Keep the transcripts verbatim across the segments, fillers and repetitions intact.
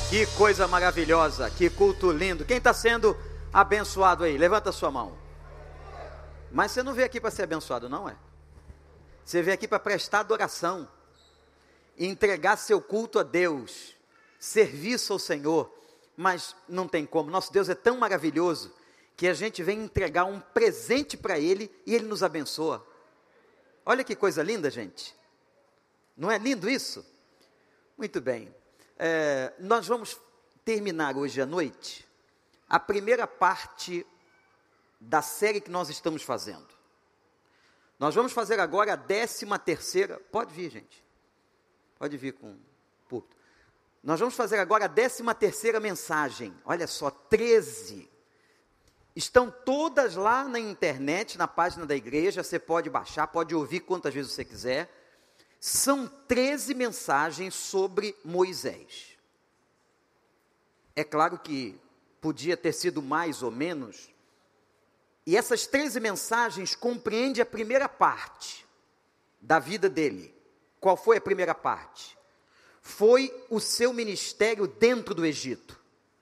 Que coisa maravilhosa, que culto lindo. Quem está sendo abençoado aí? Levanta a sua mão. Mas você não veio aqui para ser abençoado, não é? Você veio aqui para prestar adoração, entregar seu culto a Deus, serviço ao Senhor. Mas não tem como, nosso Deus é tão maravilhoso, que a gente vem entregar um presente para Ele, e Ele nos abençoa. Olha que coisa linda, gente. Não é lindo isso? Muito bem. É, nós vamos terminar hoje à noite a primeira parte da série que nós estamos fazendo. Nós vamos fazer agora a décima terceira, pode vir, gente, pode vir com o púlpito. Nós vamos fazer agora a décima terceira mensagem, olha só, treze, estão todas lá na internet, na página da igreja, você pode baixar, pode ouvir quantas vezes você quiser. São treze mensagens sobre Moisés. É claro que podia ter sido mais ou menos, e essas treze mensagens compreendem a primeira parte da vida dele. Qual foi a primeira parte? Foi o seu ministério dentro do Egito.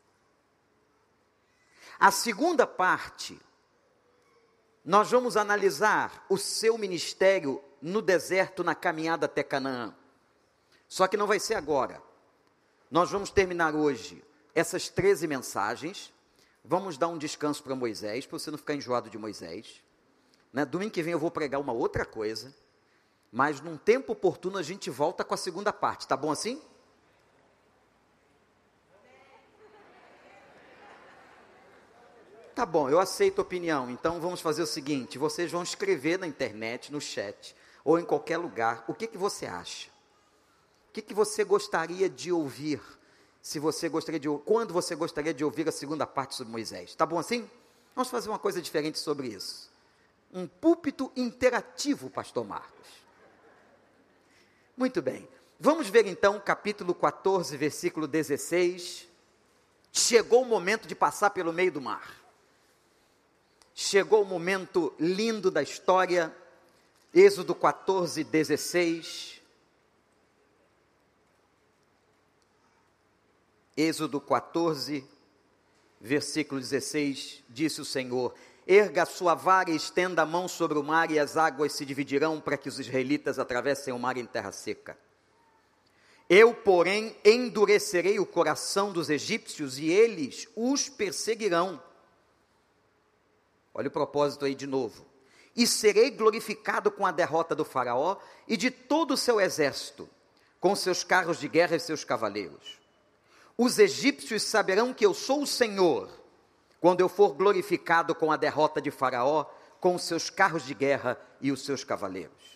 A segunda parte, nós vamos analisar o seu ministério no deserto, na caminhada até Canaã. Só que não vai ser agora. Nós vamos terminar hoje essas treze mensagens. Vamos dar um descanso para Moisés, para você não ficar enjoado de Moisés. Né? Domingo que vem eu vou pregar uma outra coisa, mas num tempo oportuno a gente volta com a segunda parte. Tá bom assim? Tá bom, eu aceito a opinião. Então vamos fazer o seguinte, vocês vão escrever na internet, no chat, ou em qualquer lugar, o que, que você acha? O que, que você gostaria de ouvir? Se você gostaria de, quando você gostaria de ouvir a segunda parte sobre Moisés? Tá bom assim? Vamos fazer uma coisa diferente sobre isso. Um púlpito interativo, pastor Marcos. Muito bem. Vamos ver então capítulo quatorze, versículo dezesseis. Chegou o momento de passar pelo meio do mar. Chegou o momento lindo da história. Êxodo quatorze, dezesseis. Êxodo quatorze, versículo dezesseis, disse o Senhor: erga a sua vara e estenda a mão sobre o mar, e as águas se dividirão para que os israelitas atravessem o mar em terra seca. Eu, porém, endurecerei o coração dos egípcios, e eles os perseguirão. Olha o propósito aí de novo. E serei glorificado com a derrota do faraó e de todo o seu exército, com seus carros de guerra e seus cavaleiros. Os egípcios saberão que eu sou o Senhor, quando eu for glorificado com a derrota de faraó, com os seus carros de guerra e os seus cavaleiros.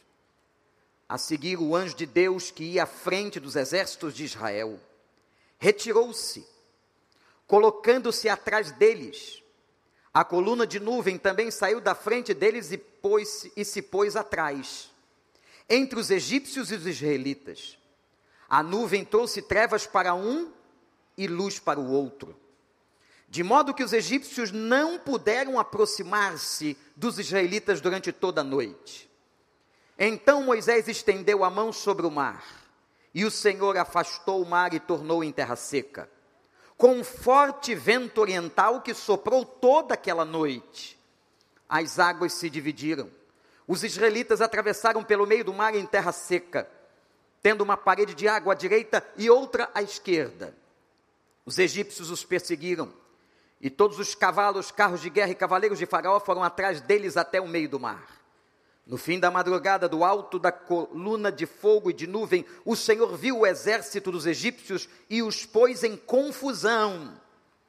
A seguir, o anjo de Deus, que ia à frente dos exércitos de Israel, retirou-se, colocando-se atrás deles. A coluna de nuvem também saiu da frente deles e, pôs, e se pôs atrás, entre os egípcios e os israelitas. A nuvem trouxe trevas para um e luz para o outro, de modo que os egípcios não puderam aproximar-se dos israelitas durante toda a noite. Então Moisés estendeu a mão sobre o mar, e o Senhor afastou o mar e tornou em terra seca, com um forte vento oriental que soprou toda aquela noite. As águas se dividiram. Os israelitas atravessaram pelo meio do mar em terra seca, tendo uma parede de água à direita e outra à esquerda. Os egípcios os perseguiram, e todos os cavalos, carros de guerra e cavaleiros de Faraó foram atrás deles até o meio do mar. No fim da madrugada, do alto da coluna de fogo e de nuvem, o Senhor viu o exército dos egípcios e os pôs em confusão.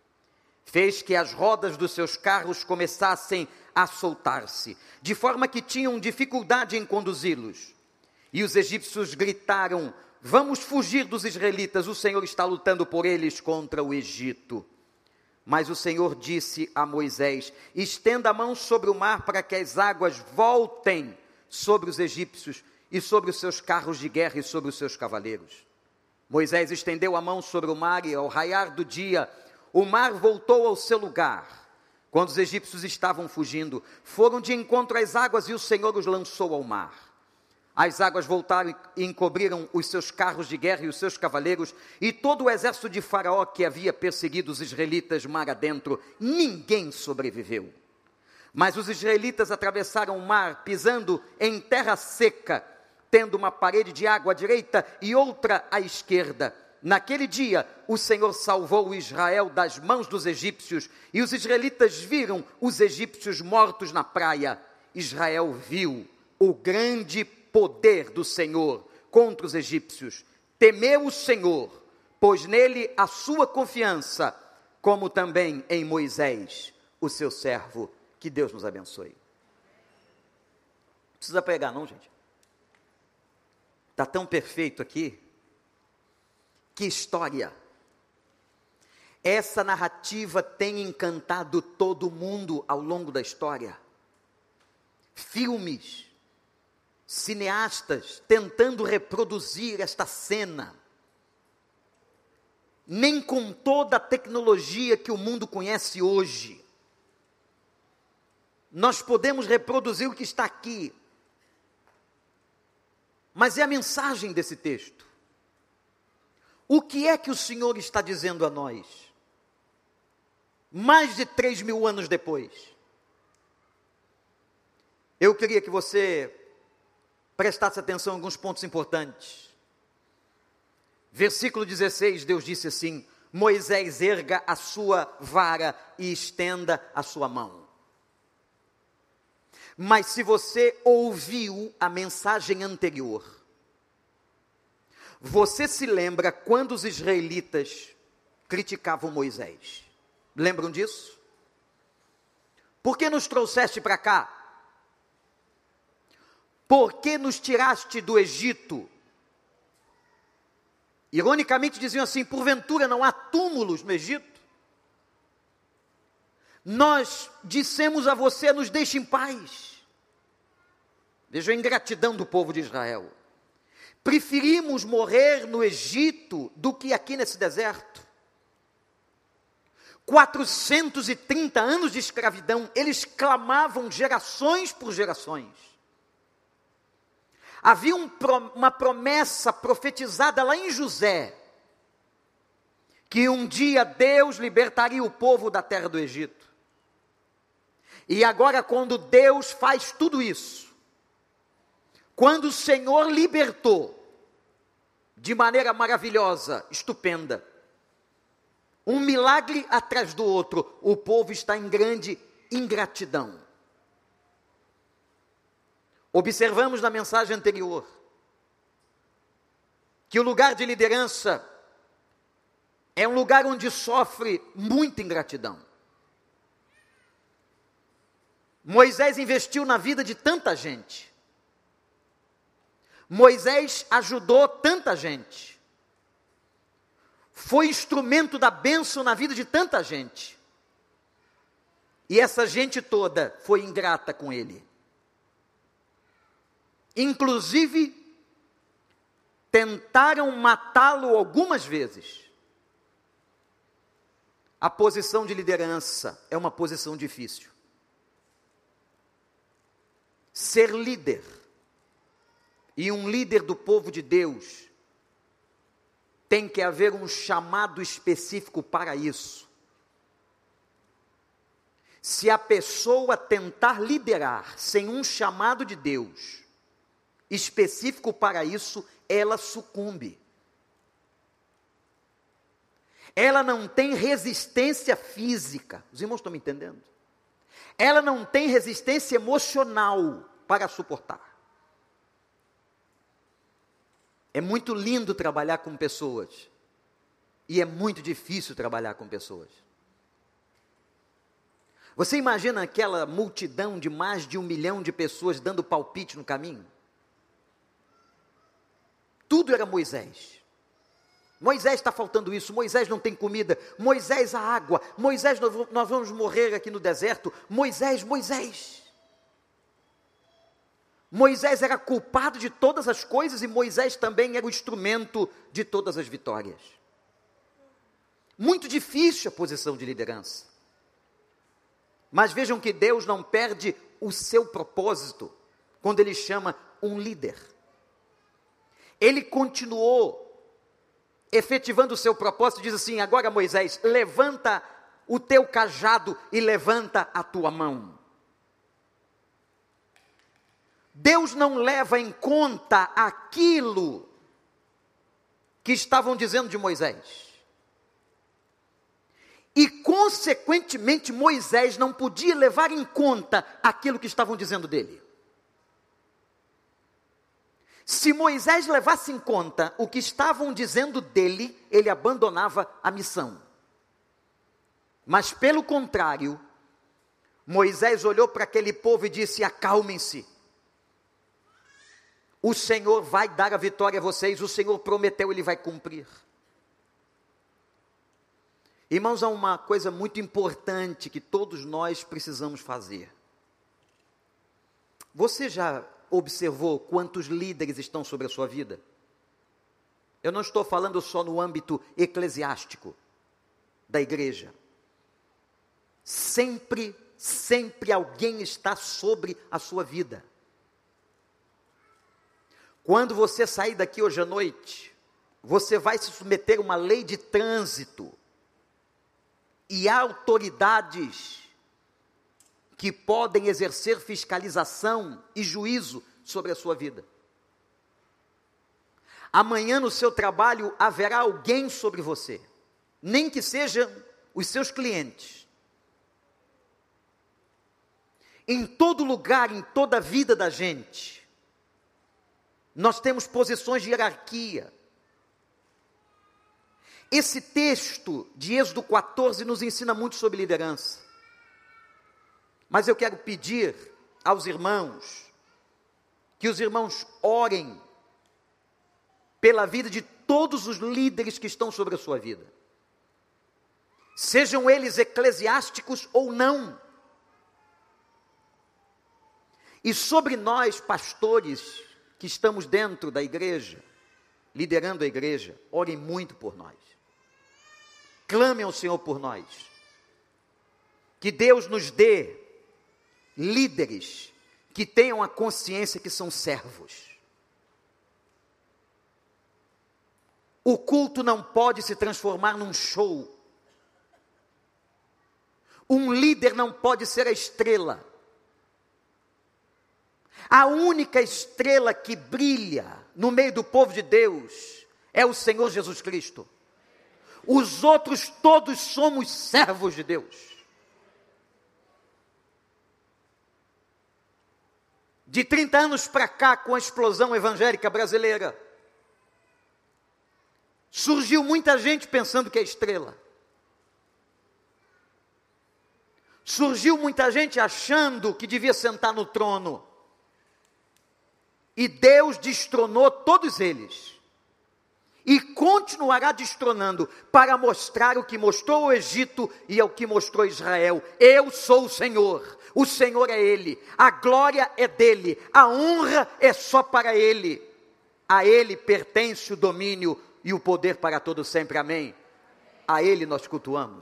Fez que as rodas dos seus carros começassem a soltar-se, de forma que tinham dificuldade em conduzi-los. E os egípcios gritaram: vamos fugir dos israelitas, o Senhor está lutando por eles contra o Egito. Mas o Senhor disse a Moisés: estenda a mão sobre o mar para que as águas voltem sobre os egípcios e sobre os seus carros de guerra e sobre os seus cavaleiros. Moisés estendeu a mão sobre o mar e ao raiar do dia, o mar voltou ao seu lugar. Quando os egípcios estavam fugindo, foram de encontro às águas e o Senhor os lançou ao mar. As águas voltaram e encobriram os seus carros de guerra e os seus cavaleiros, e todo o exército de Faraó que havia perseguido os israelitas mar adentro. Ninguém sobreviveu. Mas os israelitas atravessaram o mar, pisando em terra seca, tendo uma parede de água à direita e outra à esquerda. Naquele dia, o Senhor salvou Israel das mãos dos egípcios, e os israelitas viram os egípcios mortos na praia. Israel viu o grande poder do Senhor contra os egípcios. Temeu o Senhor, pôs nele a sua confiança, como também em Moisés, o seu servo. Que Deus nos abençoe. Não precisa pregar não, gente. Está tão perfeito aqui. Que história. Essa narrativa tem encantado todo mundo ao longo da história. Filmes, cineastas tentando reproduzir esta cena. Nem com toda a tecnologia que o mundo conhece hoje, nós podemos reproduzir o que está aqui. Mas é a mensagem desse texto. O que é que o Senhor está dizendo a nós? Mais de três mil anos depois. Eu queria que você prestasse atenção em alguns pontos importantes. Versículo dezesseis, Deus disse assim: Moisés, erga a sua vara e estenda a sua mão. Mas se você ouviu a mensagem anterior, você se lembra quando os israelitas criticavam Moisés? Lembram disso? Por que nos trouxeste para cá? Por que nos tiraste do Egito? Ironicamente diziam assim: porventura não há túmulos no Egito? Nós dissemos a você, nos deixe em paz. Veja a ingratidão do povo de Israel. Preferimos morrer no Egito do que aqui nesse deserto. quatrocentos e trinta anos de escravidão, eles clamavam gerações por gerações. Havia um, uma promessa profetizada lá em José, que um dia Deus libertaria o povo da terra do Egito. E agora, quando Deus faz tudo isso, quando o Senhor libertou, de maneira maravilhosa, estupenda, um milagre atrás do outro, o povo está em grande ingratidão. Observamos na mensagem anterior, que o lugar de liderança é um lugar onde sofre muita ingratidão. Moisés investiu na vida de tanta gente. Moisés ajudou tanta gente. Foi instrumento da bênção na vida de tanta gente. E essa gente toda foi ingrata com ele. Inclusive, tentaram matá-lo algumas vezes. A posição de liderança é uma posição difícil. Ser líder, e um líder do povo de Deus, tem que haver um chamado específico para isso. Se a pessoa tentar liderar sem um chamado de Deus específico para isso, ela sucumbe. Ela não tem resistência física. Os irmãos estão me entendendo? Ela não tem resistência emocional para suportar. É muito lindo trabalhar com pessoas. E é muito difícil trabalhar com pessoas. Você imagina aquela multidão de mais de um milhão de pessoas dando palpite no caminho? Tudo era Moisés. Moisés, está faltando isso, Moisés não tem comida, Moisés a água, Moisés nós vamos morrer aqui no deserto, Moisés, Moisés. Moisés era culpado de todas as coisas e Moisés também era o instrumento de todas as vitórias. Muito difícil a posição de liderança. Mas vejam que Deus não perde o seu propósito quando Ele chama um líder. Ele continuou efetivando o seu propósito, diz assim: agora Moisés, levanta o teu cajado e levanta a tua mão. Deus não leva em conta aquilo que estavam dizendo de Moisés. E, consequentemente, Moisés não podia levar em conta aquilo que estavam dizendo dele. Se Moisés levasse em conta o que estavam dizendo dele, ele abandonava a missão. Mas, pelo contrário, Moisés olhou para aquele povo e disse: acalmem-se. O Senhor vai dar a vitória a vocês, o Senhor prometeu, Ele vai cumprir. Irmãos, há uma coisa muito importante que todos nós precisamos fazer. Você já observou quantos líderes estão sobre a sua vida? Eu não estou falando só no âmbito eclesiástico da igreja. Sempre, sempre alguém está sobre a sua vida. Quando você sair daqui hoje à noite, você vai se submeter a uma lei de trânsito. E há autoridades que podem exercer fiscalização e juízo sobre a sua vida. Amanhã no seu trabalho haverá alguém sobre você, nem que sejam os seus clientes. Em todo lugar, em toda a vida da gente, nós temos posições de hierarquia. Esse texto de Êxodo quatorze nos ensina muito sobre liderança. Mas eu quero pedir aos irmãos, que os irmãos orem pela vida de todos os líderes que estão sobre a sua vida. Sejam eles eclesiásticos ou não. E sobre nós, pastores, que estamos dentro da igreja, liderando a igreja, orem muito por nós. Clamem ao Senhor por nós. Que Deus nos dê líderes que tenham a consciência que são servos. O culto não pode se transformar num show. Um líder não pode ser a estrela. A única estrela que brilha no meio do povo de Deus é o Senhor Jesus Cristo. Os outros todos somos servos de Deus. De trinta anos para cá, com a explosão evangélica brasileira, surgiu muita gente pensando que é estrela. Surgiu muita gente achando que devia sentar no trono. E Deus destronou todos eles. E continuará destronando para mostrar o que mostrou ao Egito e ao que mostrou a Israel. Eu sou o Senhor, o Senhor é Ele, a glória é dEle, a honra é só para Ele. A Ele pertence o domínio e o poder para todo sempre, amém? A Ele nós cultuamos,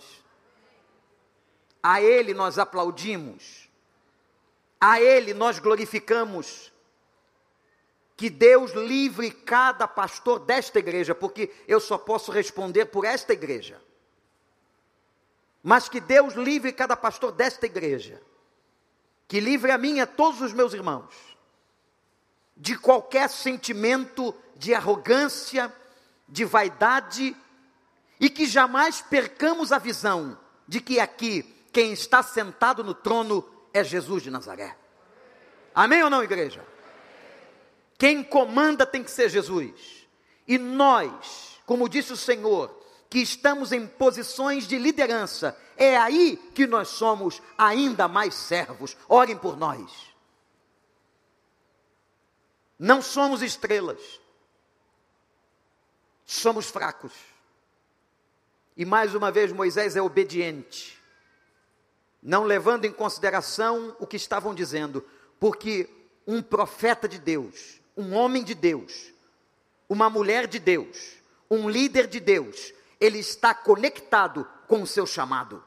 a Ele nós aplaudimos, a Ele nós glorificamos. Que Deus livre cada pastor desta igreja, porque eu só posso responder por esta igreja. Mas que Deus livre cada pastor desta igreja, que livre a mim e a todos os meus irmãos, de qualquer sentimento de arrogância, de vaidade, e que jamais percamos a visão de que aqui, quem está sentado no trono é Jesus de Nazaré. Amém ou não, igreja? Quem comanda tem que ser Jesus. E nós, como disse o Senhor, que estamos em posições de liderança, é aí que nós somos ainda mais servos. Orem por nós. Não somos estrelas. Somos fracos. E mais uma vez Moisés é obediente, não levando em consideração o que estavam dizendo, porque um profeta de Deus, um homem de Deus, uma mulher de Deus, um líder de Deus, ele está conectado com o seu chamado.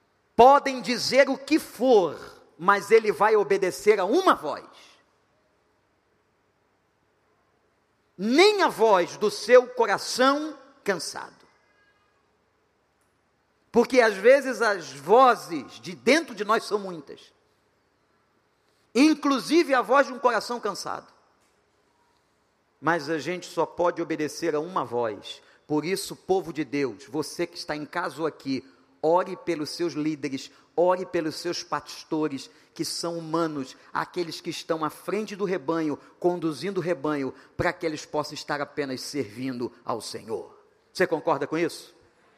Podem dizer o que for, mas ele vai obedecer a uma voz. nem a voz do seu coração cansado. Porque às vezes as vozes de dentro de nós são muitas. Inclusive a voz de um coração cansado. Mas a gente só pode obedecer a uma voz. Por isso, povo de Deus, você que está em casa ou aqui, ore pelos seus líderes, ore pelos seus pastores, que são humanos, aqueles que estão à frente do rebanho, conduzindo o rebanho, para que eles possam estar apenas servindo ao Senhor. Você concorda com isso?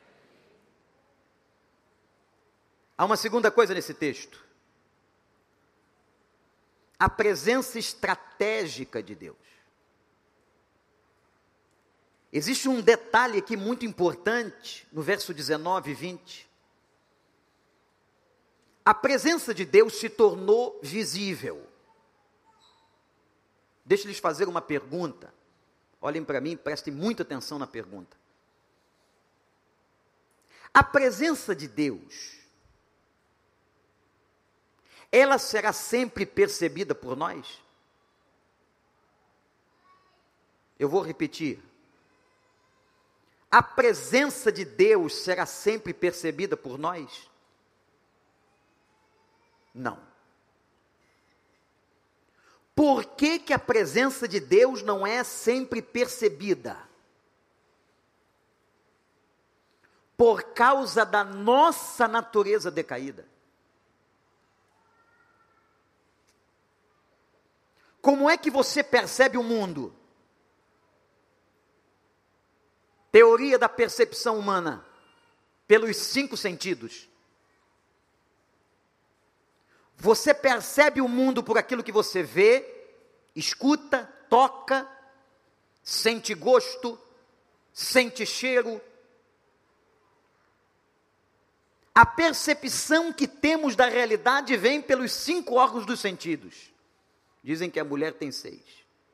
Há uma segunda coisa nesse texto. A presença estratégica de Deus. Existe um detalhe aqui muito importante, no verso dezenove e vinte. A presença de Deus se tornou visível. Deixa eu lhes fazer uma pergunta. Olhem para mim, prestem muita atenção na pergunta. A presença de Deus, ela será sempre percebida por nós? Eu vou repetir. A presença de Deus será sempre percebida por nós? Não. Por que que a presença de Deus não é sempre percebida? Por causa da nossa natureza decaída. Como é que você percebe o mundo? Teoria da percepção humana, pelos cinco sentidos. Você percebe o mundo por aquilo que você vê, escuta, toca, sente gosto, sente cheiro. A percepção que temos da realidade vem pelos cinco órgãos dos sentidos. Dizem que a mulher tem seis.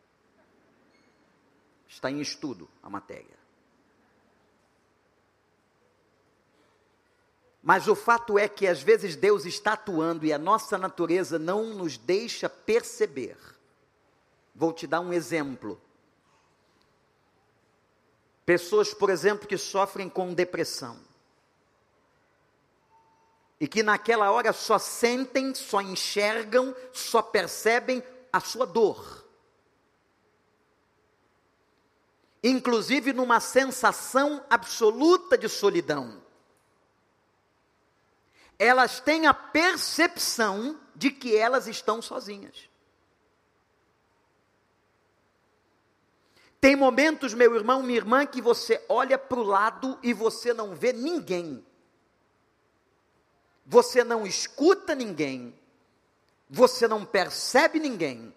Está em estudo a matéria. Mas o fato é que às vezes Deus está atuando e a nossa natureza não nos deixa perceber. Vou te dar um exemplo. Pessoas, por exemplo, que sofrem com depressão. E que naquela hora só sentem, só enxergam, só percebem a sua dor. Inclusive numa sensação absoluta de solidão. Elas têm a percepção de que elas estão sozinhas. Tem momentos, meu irmão, minha irmã, que você olha para o lado e você não vê ninguém. Você não escuta ninguém. Você não percebe ninguém.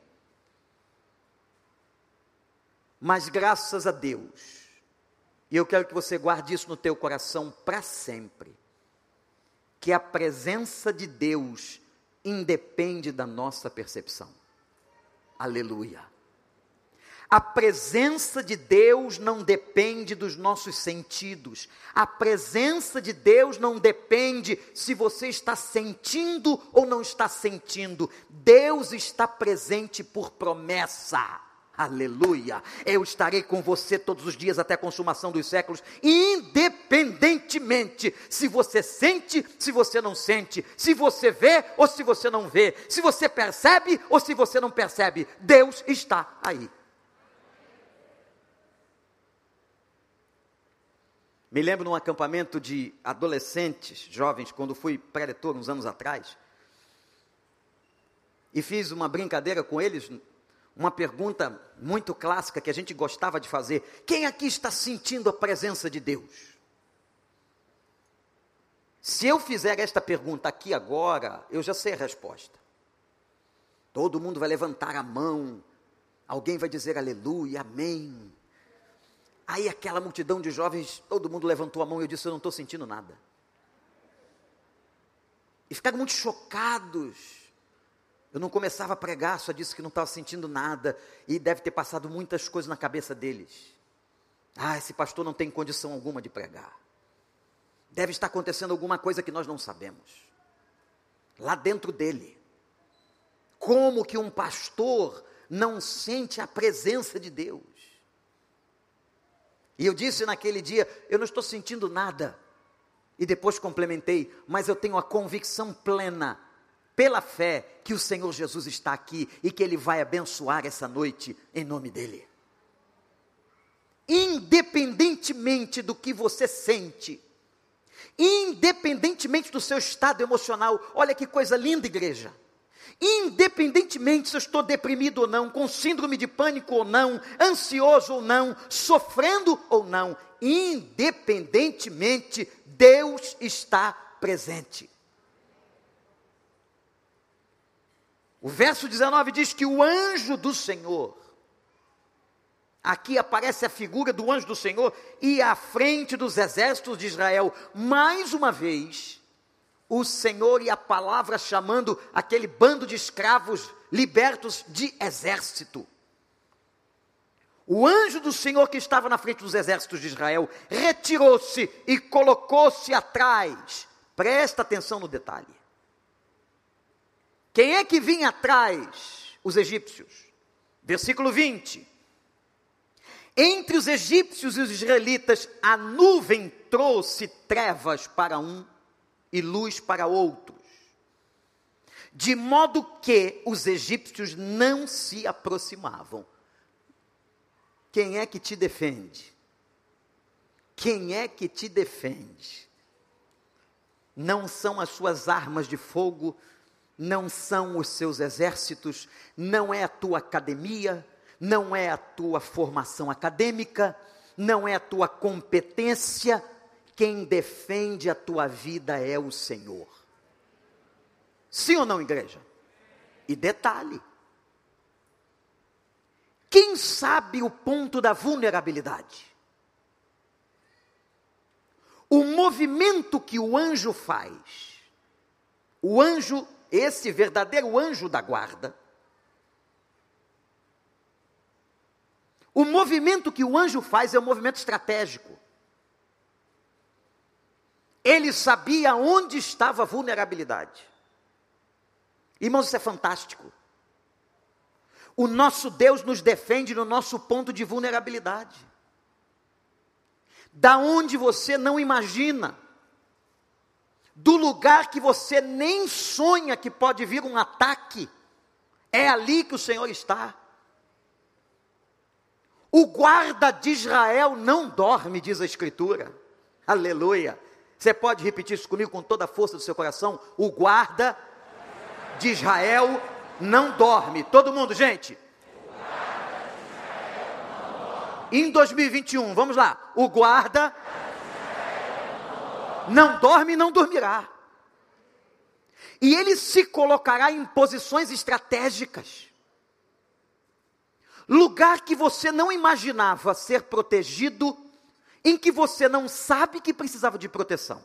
Mas graças a Deus, e eu quero que você guarde isso no teu coração para sempre, que a presença de Deus independe da nossa percepção. Aleluia. A presença de Deus não depende dos nossos sentidos. A presença de Deus não depende se você está sentindo ou não está sentindo. Deus está presente por promessa. Aleluia, eu estarei com você todos os dias até a consumação dos séculos, independentemente se você sente, se você não sente, se você vê ou se você não vê, se você percebe ou se você não percebe, Deus está aí. Me lembro num acampamento de adolescentes, jovens, quando fui preletor uns anos atrás, e fiz uma brincadeira com eles. Uma pergunta muito clássica que a gente gostava de fazer: quem aqui está sentindo a presença de Deus? Se eu fizer esta pergunta aqui agora, eu já sei a resposta. Todo mundo vai levantar a mão, alguém vai dizer aleluia, amém. Aí aquela multidão de jovens, todo mundo levantou a mão e eu disse: eu não estou sentindo nada. E ficaram muito chocados. Eu não começava a pregar, só disse que não estava sentindo nada, e deve ter passado muitas coisas na cabeça deles. Ah, esse pastor não tem condição alguma de pregar. Deve estar acontecendo alguma coisa que nós não sabemos. Lá dentro dele. Como que um pastor não sente a presença de Deus? E eu disse naquele dia, eu não estou sentindo nada. E depois complementei, mas eu tenho a convicção plena, pela fé, que o Senhor Jesus está aqui e que Ele vai abençoar essa noite em nome dEle. Independentemente do que você sente, independentemente do seu estado emocional, olha que coisa linda, igreja. Independentemente se eu estou deprimido ou não, com síndrome de pânico ou não, ansioso ou não, sofrendo ou não, independentemente, Deus está presente. O verso dezenove diz que o anjo do Senhor, aqui aparece a figura do anjo do Senhor, ia à frente dos exércitos de Israel, mais uma vez, o Senhor e a palavra chamando aquele bando de escravos libertos de exército. O anjo do Senhor que estava na frente dos exércitos de Israel, retirou-se e colocou-se atrás. Presta atenção no detalhe. Quem é que vinha atrás? Os egípcios. Versículo vinte. Entre os egípcios e os israelitas, a nuvem trouxe trevas para um e luz para outros, de modo que os egípcios não se aproximavam. Quem é que te defende? Quem é que te defende? Não são as suas armas de fogo, não são os seus exércitos, não é a tua academia, não é a tua formação acadêmica, não é a tua competência. Quem defende a tua vida é o Senhor. Sim ou não, igreja? E detalhe, quem sabe o ponto da vulnerabilidade? O movimento que o anjo faz, o anjo, esse verdadeiro anjo da guarda, o movimento que o anjo faz é um movimento estratégico. Ele sabia onde estava a vulnerabilidade. Irmãos, isso é fantástico. O nosso Deus nos defende no nosso ponto de vulnerabilidade. Da onde você não imagina. Do lugar que você nem sonha que pode vir um ataque. É ali que o Senhor está. O guarda de Israel não dorme, diz a Escritura. Aleluia. Você pode repetir isso comigo com toda a força do seu coração? O guarda de Israel não dorme. Todo mundo, gente. Em dois mil e vinte e um, vamos lá. O guarda não dorme e não dormirá. E ele se colocará em posições estratégicas. Lugar que você não imaginava ser protegido, em que você não sabe que precisava de proteção.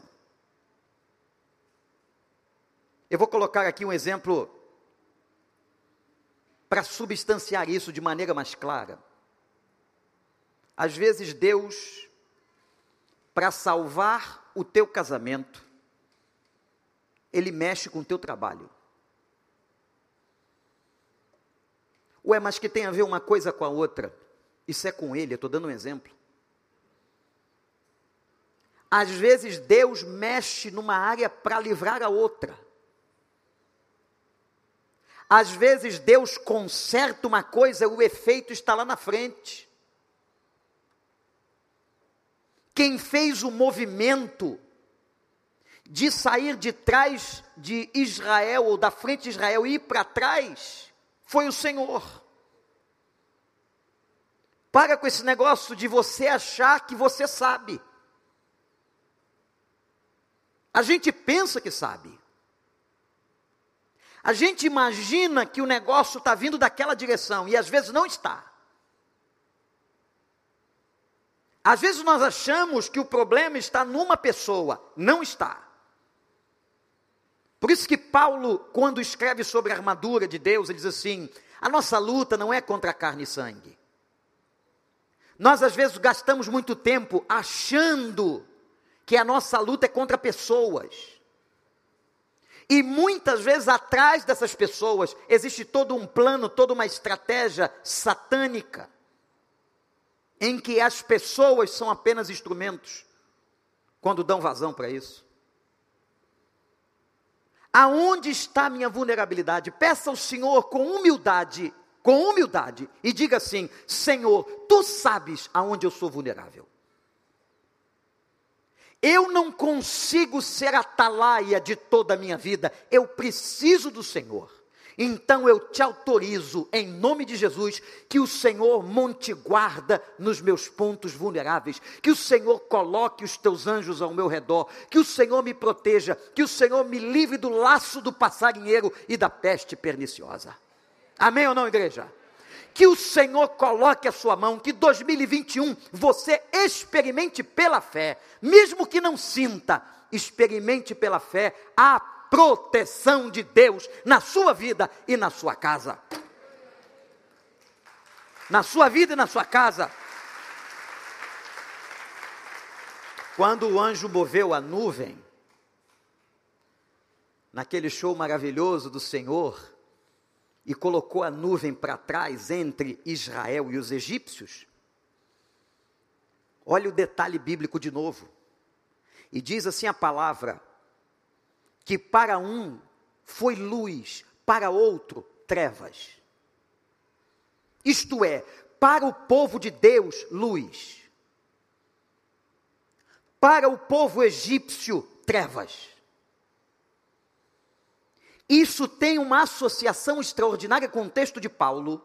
Eu vou colocar aqui um exemplo para substanciar isso de maneira mais clara. Às vezes Deus, para salvar o teu casamento, Ele mexe com o teu trabalho. Ué, mas que tem a ver uma coisa com a outra? Isso é com Ele, eu estou dando um exemplo. Às vezes Deus mexe numa área para livrar a outra. Às vezes Deus conserta uma coisa, o efeito está lá na frente. Quem fez o movimento de sair de trás de Israel, ou da frente de Israel, e ir para trás, foi o Senhor. Para com esse negócio de você achar que você sabe. A gente pensa que sabe. A gente imagina que o negócio está vindo daquela direção, e às vezes não está. Às vezes nós achamos que o problema está numa pessoa, não está. Por isso que Paulo, quando escreve sobre a armadura de Deus, ele diz assim: a nossa luta não é contra carne e sangue. Nós às vezes gastamos muito tempo achando que a nossa luta é contra pessoas. E muitas vezes atrás dessas pessoas existe todo um plano, toda uma estratégia satânica. em que as pessoas são apenas instrumentos, quando dão vazão para isso? Aonde está a minha vulnerabilidade? Peça ao Senhor com humildade, com humildade, e diga assim: Senhor, Tu sabes aonde eu sou vulnerável. Eu não consigo ser atalaia de toda a minha vida, eu preciso do Senhor. Então eu te autorizo, em nome de Jesus, que o Senhor monte guarda nos meus pontos vulneráveis, que o Senhor coloque os teus anjos ao meu redor, que o Senhor me proteja, que o Senhor me livre do laço do passarinheiro e da peste perniciosa. Amém ou não, igreja? Que o Senhor coloque a sua mão, que dois mil e vinte e um você experimente pela fé, mesmo que não sinta, experimente pela fé a proteção de Deus na sua vida e na sua casa. Na sua vida e na sua casa. Quando o anjo moveu a nuvem, naquele show maravilhoso do Senhor, e colocou a nuvem para trás entre Israel e os egípcios, olha o detalhe bíblico de novo, e diz assim a palavra, que para um foi luz, para outro trevas. Isto é, para o povo de Deus, luz. Para o povo egípcio, trevas. Isso tem uma associação extraordinária com o texto de Paulo.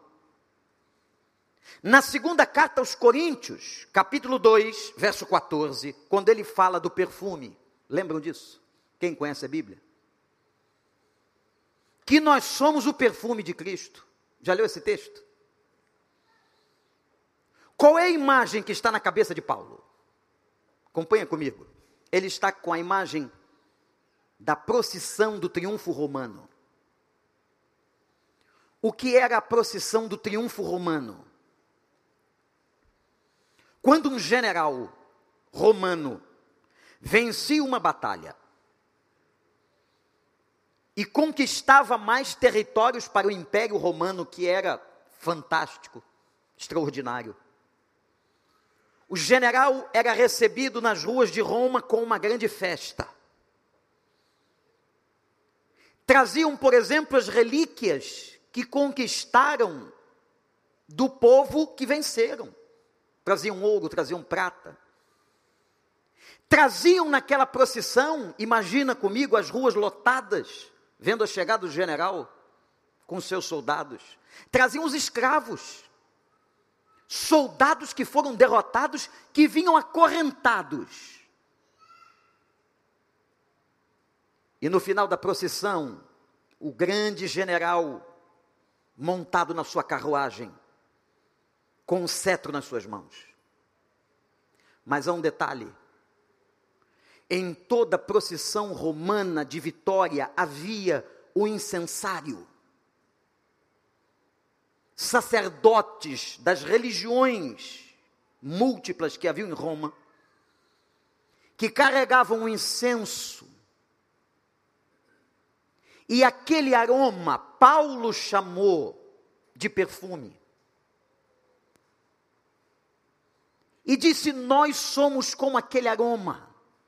Na segunda carta aos Coríntios, capítulo dois, verso quatorze, quando ele fala do perfume. Lembram disso? Quem conhece a Bíblia? Que nós somos o perfume de Cristo. Já leu esse texto? Qual é a imagem que está na cabeça de Paulo? Acompanha comigo. Ele está com a imagem da procissão do triunfo romano. O que era a procissão do triunfo romano? Quando um general romano vencia uma batalha e conquistava mais territórios para o Império Romano, que era fantástico, extraordinário. O general era recebido nas ruas de Roma com uma grande festa. Traziam, por exemplo, as relíquias que conquistaram do povo que venceram. Traziam ouro, traziam prata. Traziam naquela procissão, imagina comigo, as ruas lotadas, vendo a chegada do general com seus soldados. Traziam os escravos, soldados que foram derrotados, que vinham acorrentados. E no final da procissão, o grande general, montado na sua carruagem, com um cetro nas suas mãos. Mas há um detalhe. Em toda procissão romana de vitória havia o incensário. Sacerdotes das religiões múltiplas que haviam em Roma, que carregavam o incenso. E aquele aroma, Paulo chamou de perfume. E disse, nós somos como aquele aroma.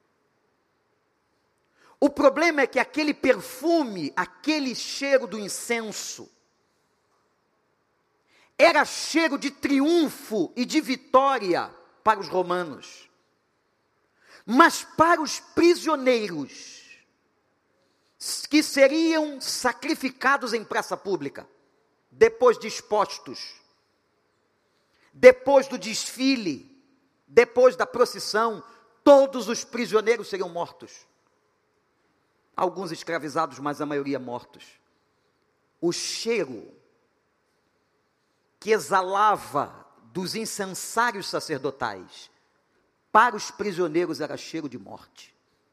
O problema é que aquele perfume, aquele cheiro do incenso, era cheiro de triunfo e de vitória para os romanos. Mas para os prisioneiros, que seriam sacrificados em praça pública, depois de expostos, depois do desfile, depois da procissão, todos os prisioneiros seriam mortos. Alguns escravizados, mas a maioria mortos. O cheiro que exalava dos incensários sacerdotais, para os prisioneiros era cheiro de morte.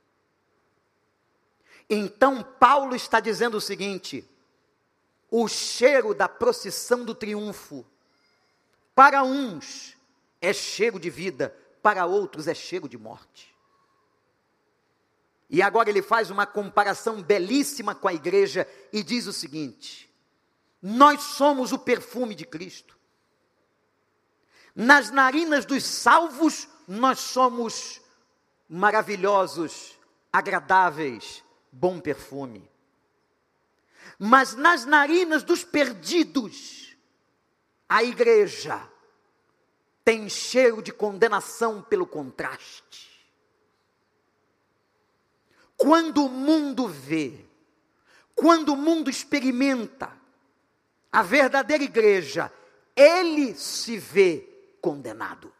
Então Paulo está dizendo o seguinte, o cheiro da procissão do triunfo, para uns é cheiro de vida, para outros é cheiro de morte. E agora ele faz uma comparação belíssima com a igreja e diz o seguinte, nós somos o perfume de Cristo, Nas narinas dos salvos, nós somos maravilhosos, agradáveis, bom perfume. Mas nas narinas dos perdidos, a igreja tem cheiro de condenação pelo contraste. Quando o mundo vê, quando o mundo experimenta a verdadeira igreja, ele se vê condenado.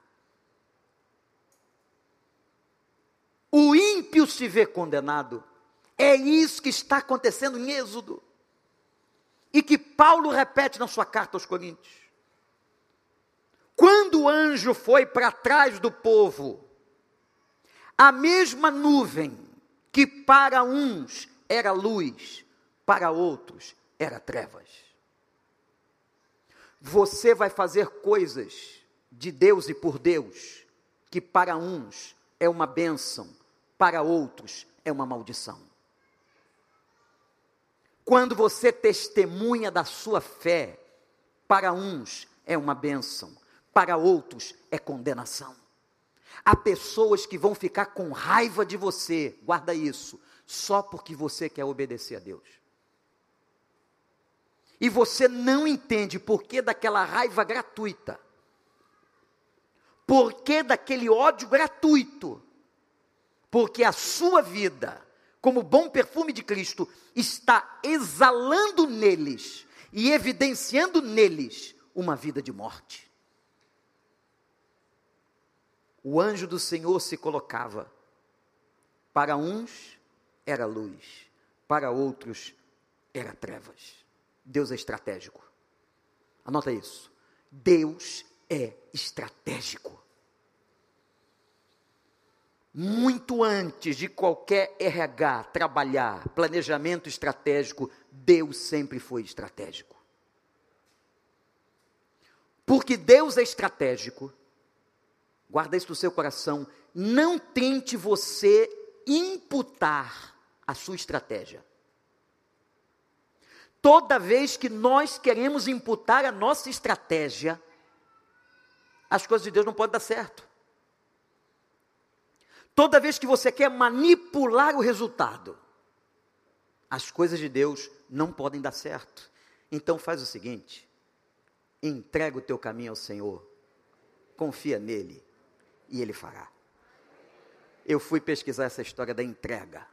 O ímpio se vê condenado. É isso que está acontecendo em Êxodo. E que Paulo repete na sua carta aos Coríntios. Quando o anjo foi para trás do povo, a mesma nuvem que para uns era luz, para outros era trevas. Você vai fazer coisas de Deus e por Deus, que para uns é uma bênção, para outros é uma maldição. Quando você testemunha da sua fé, para uns é uma bênção, para outros é condenação. Há pessoas que vão ficar com raiva de você, guarda isso, só porque você quer obedecer a Deus. E você não entende por que daquela raiva gratuita, por que daquele ódio gratuito, porque a sua vida, como bom perfume de Cristo, está exalando neles e evidenciando neles uma vida de morte. O anjo do Senhor se colocava, para uns era luz, para outros era trevas. Deus é estratégico. Anota isso. Deus é estratégico. Muito antes de qualquer R H trabalhar, planejamento estratégico, Deus sempre foi estratégico. Porque Deus é estratégico, guarda isso no seu coração, não tente você imputar a sua estratégia. Toda vez que nós queremos imputar a nossa estratégia, as coisas de Deus não podem dar certo. Toda vez que você quer manipular o resultado, as coisas de Deus não podem dar certo. Então faz o seguinte, entrega o teu caminho ao Senhor, confia nele e Ele fará. Eu fui pesquisar essa história da entrega.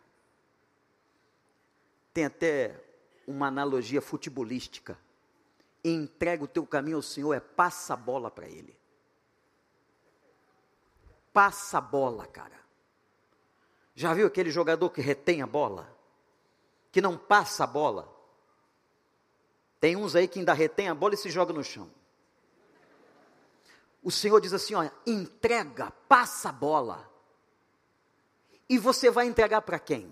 Tem até uma analogia futebolística. Entrega o teu caminho ao Senhor, é passa a bola para Ele. Passa a bola, cara. Já viu aquele jogador que retém a bola? Que não passa a bola? Tem uns aí que ainda retém a bola e se joga no chão. O Senhor diz assim, olha, entrega, passa a bola. E você vai entregar para quem?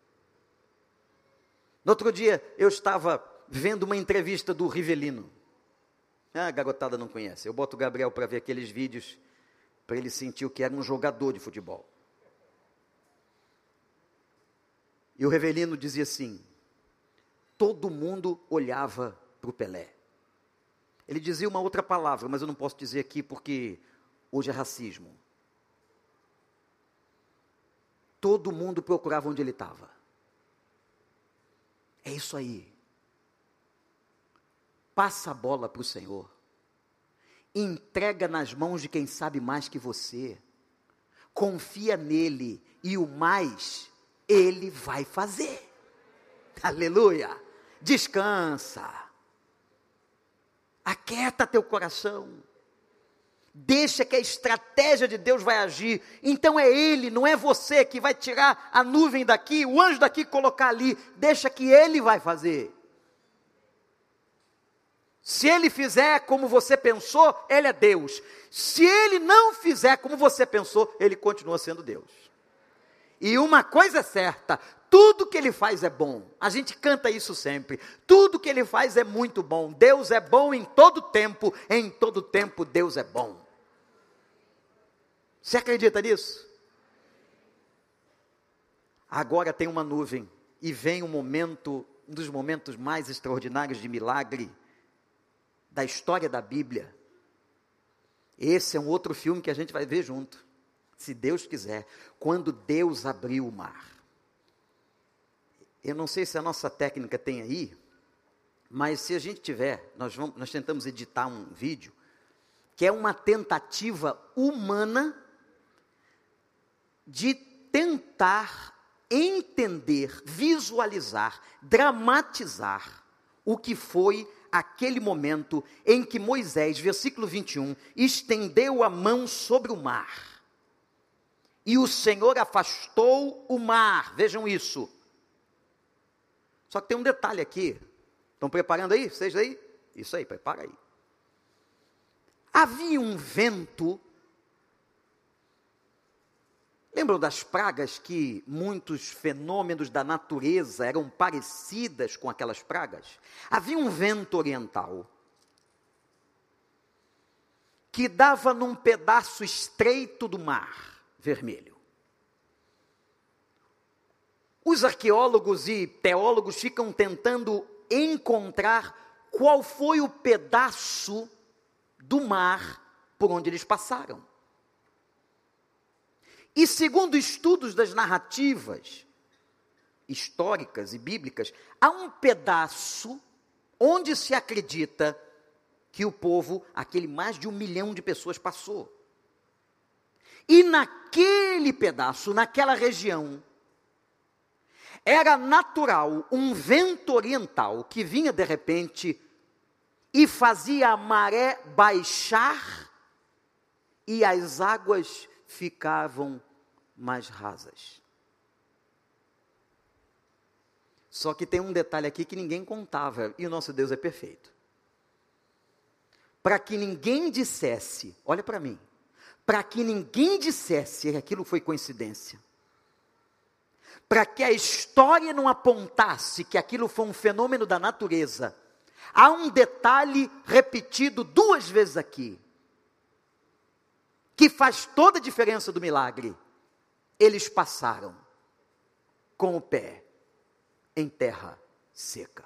No outro dia, eu estava vendo uma entrevista do Rivelino. Ah, a garotada não conhece. Eu boto o Gabriel para ver aqueles vídeos, para ele sentir o que era um jogador de futebol. E o Rivelino dizia assim, todo mundo olhava para o Pelé. Ele dizia uma outra palavra, mas eu não posso dizer aqui porque hoje é racismo. Todo mundo procurava onde ele estava. É isso aí. Passa a bola para o Senhor. Entrega nas mãos de quem sabe mais que você. Confia nele e o mais Ele vai fazer. Aleluia. Descansa. Aquieta teu coração. Deixa que a estratégia de Deus vai agir. Então é Ele, não é você que vai tirar a nuvem daqui, o anjo daqui colocar ali. Deixa que Ele vai fazer. Se Ele fizer como você pensou, Ele é Deus. Se Ele não fizer como você pensou, Ele continua sendo Deus. E uma coisa é certa, tudo que Ele faz é bom. A gente canta isso sempre. Tudo que Ele faz é muito bom. Deus é bom em todo tempo. Em todo tempo Deus é bom. Você acredita nisso? Agora tem uma nuvem. E vem um momento, um dos momentos mais extraordinários de milagre da história da Bíblia. Esse é um outro filme que a gente vai ver junto, se Deus quiser, quando Deus abriu o mar. Eu não sei se a nossa técnica tem aí, mas se a gente tiver, nós, vamos, nós tentamos editar um vídeo, que é uma tentativa humana de tentar entender, visualizar, dramatizar o que foi aquele momento em que Moisés, versículo vinte e um, estendeu a mão sobre o mar, e o Senhor afastou o mar. Vejam isso. Só que tem um detalhe aqui. Estão preparando aí? Vocês aí? Isso aí, prepara aí. Havia um vento. Lembram das pragas que muitos fenômenos da natureza eram parecidas com aquelas pragas? Havia um vento oriental que dava num pedaço estreito do mar Vermelho. Os arqueólogos e teólogos ficam tentando encontrar qual foi o pedaço do mar por onde eles passaram. E segundo estudos das narrativas históricas e bíblicas, há um pedaço onde se acredita que o povo, aquele mais de um milhão de pessoas, passou. E naquele pedaço, naquela região, era natural um vento oriental que vinha de repente e fazia a maré baixar e as águas ficavam mais rasas. Só que tem um detalhe aqui que ninguém contava, e o nosso Deus é perfeito. Para que ninguém dissesse, olha para mim, para que ninguém dissesse que aquilo foi coincidência, para que a história não apontasse que aquilo foi um fenômeno da natureza, há um detalhe repetido duas vezes aqui, que faz toda a diferença do milagre. Eles passaram com o pé em terra seca.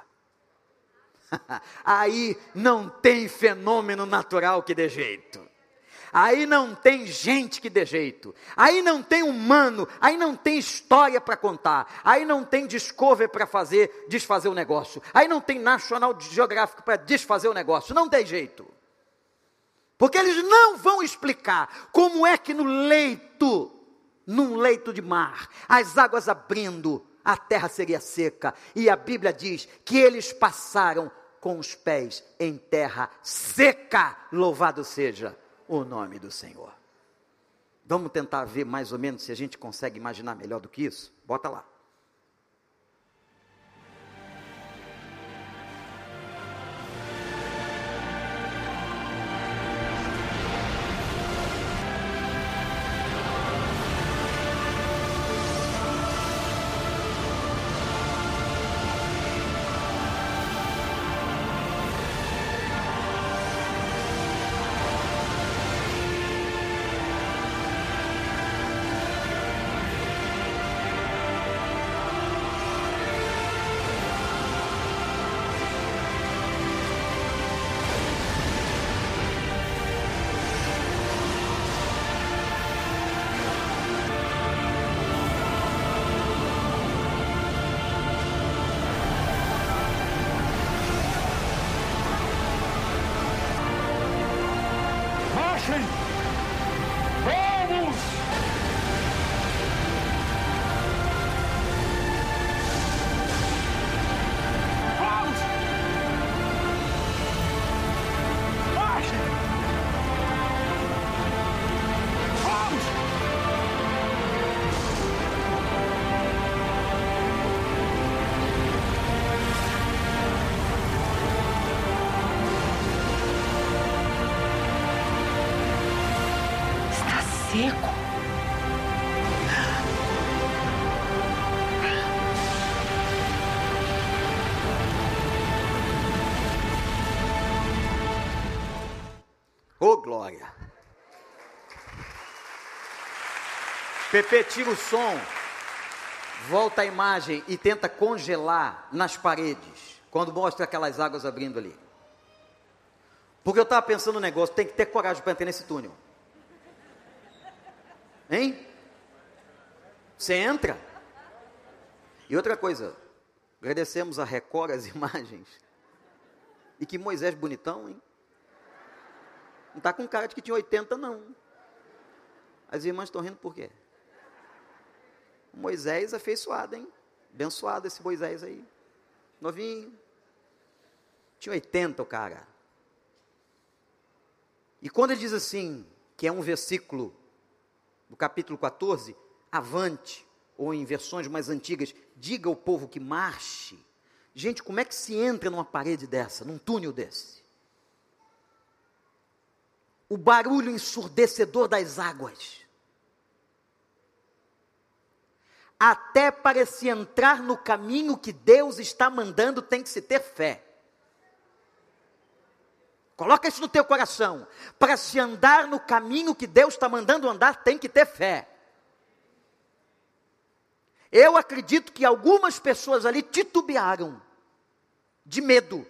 Aí não tem fenômeno natural que dê jeito. Aí não tem gente que dê jeito. Aí não tem humano. Aí não tem história para contar. Aí não tem Discovery para fazer, desfazer o negócio. Aí não tem National Geographic para desfazer o negócio. Não tem jeito. Porque eles não vão explicar como é que no leito, num leito de mar, as águas abrindo, a terra seria seca. E a Bíblia diz que eles passaram com os pés em terra seca. Louvado seja o nome do Senhor. Vamos tentar ver mais ou menos se a gente consegue imaginar melhor do que isso? Bota lá. Vamos! Vamos! Marcha! Vamos! Está seco. Ô, glória. Pepe, tira o som, volta a imagem e tenta congelar nas paredes, quando mostra aquelas águas abrindo ali. Porque eu estava pensando no negócio, tem que ter coragem para entrar nesse túnel. Hein? Você entra. E outra coisa, agradecemos a Record as imagens. E que Moisés bonitão, hein? Não está com cara de que tinha oitenta, não. As irmãs estão rindo por quê? Moisés afeiçoado, hein? Abençoado esse Moisés aí. Novinho. Tinha oitenta o cara. E quando ele diz assim, que é um versículo do capítulo quatorze, avante, ou em versões mais antigas, diga ao povo que marche. Gente, como é que se entra numa parede dessa, num túnel desse? O barulho ensurdecedor das águas. Até para se entrar no caminho que Deus está mandando, tem que se ter fé. Coloca isso no teu coração. Para se andar no caminho que Deus está mandando andar, tem que ter fé. Eu acredito que algumas pessoas ali titubearam, de medo,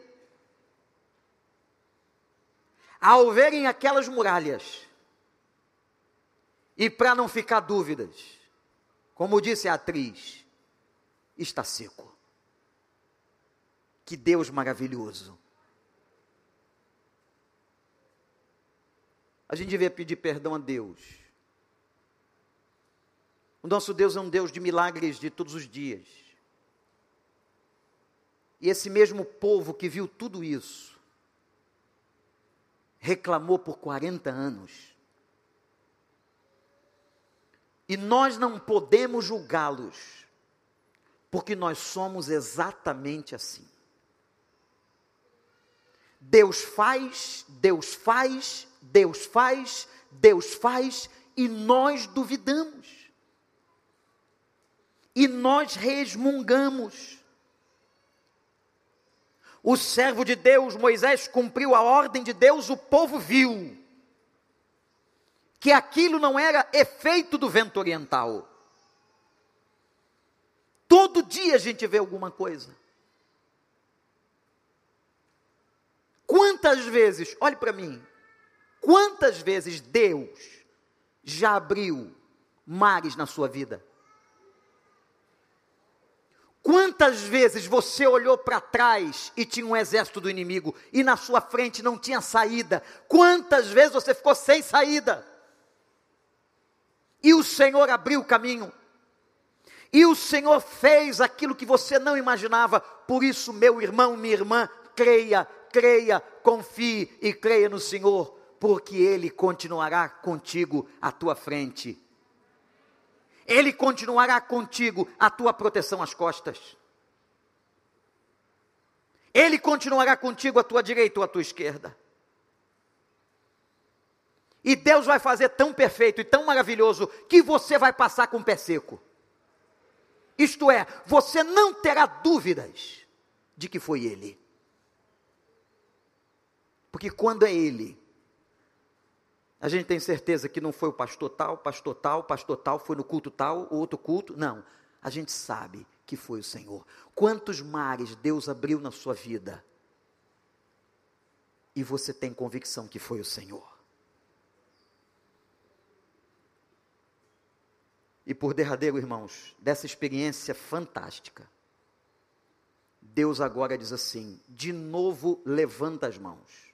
ao verem aquelas muralhas. E para não ficar dúvidas, como disse a atriz, está seco. Que Deus maravilhoso. A gente devia pedir perdão a Deus. O nosso Deus é um Deus de milagres de todos os dias. E esse mesmo povo que viu tudo isso, reclamou por quarenta anos. E nós não podemos julgá-los, porque nós somos exatamente assim. Deus faz, Deus faz, Deus faz, Deus faz, e nós duvidamos. E nós resmungamos. O servo de Deus, Moisés, cumpriu a ordem de Deus, o povo viu que aquilo não era efeito do vento oriental. Todo dia a gente vê alguma coisa. Quantas vezes, olhe para mim, quantas vezes Deus já abriu mares na sua vida? Quantas vezes você olhou para trás e tinha um exército do inimigo e na sua frente não tinha saída? Quantas vezes você ficou sem saída? E o Senhor abriu o caminho. E o Senhor fez aquilo que você não imaginava. Por isso, meu irmão, minha irmã, creia, creia, confie e creia no Senhor, porque Ele continuará contigo à tua frente. Ele continuará contigo a tua proteção às costas. Ele continuará contigo a tua direita ou a tua esquerda. E Deus vai fazer tão perfeito e tão maravilhoso que você vai passar com o pé seco. Isto é, você não terá dúvidas de que foi Ele. Porque quando é Ele, a gente tem certeza que não foi o pastor tal, pastor tal, pastor tal, foi no culto tal, ou outro culto. Não, a gente sabe que foi o Senhor. Quantos mares Deus abriu na sua vida? E você tem convicção que foi o Senhor. E por derradeiro, irmãos, dessa experiência fantástica, Deus agora diz assim, de novo levanta as mãos.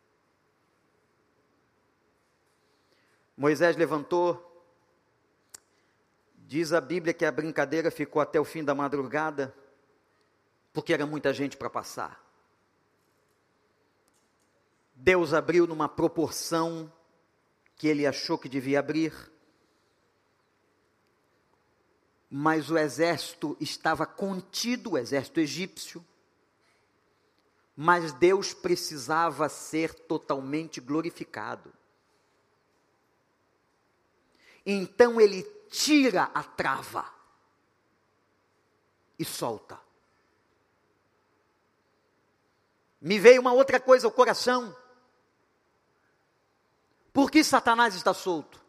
Moisés levantou, diz a Bíblia que a brincadeira ficou até o fim da madrugada, porque era muita gente para passar. Deus abriu numa proporção que ele achou que devia abrir, mas o exército estava contido, o exército egípcio, mas Deus precisava ser totalmente glorificado. Então ele tira a trava e solta. Me veio uma outra coisa ao coração. Por que Satanás está solto?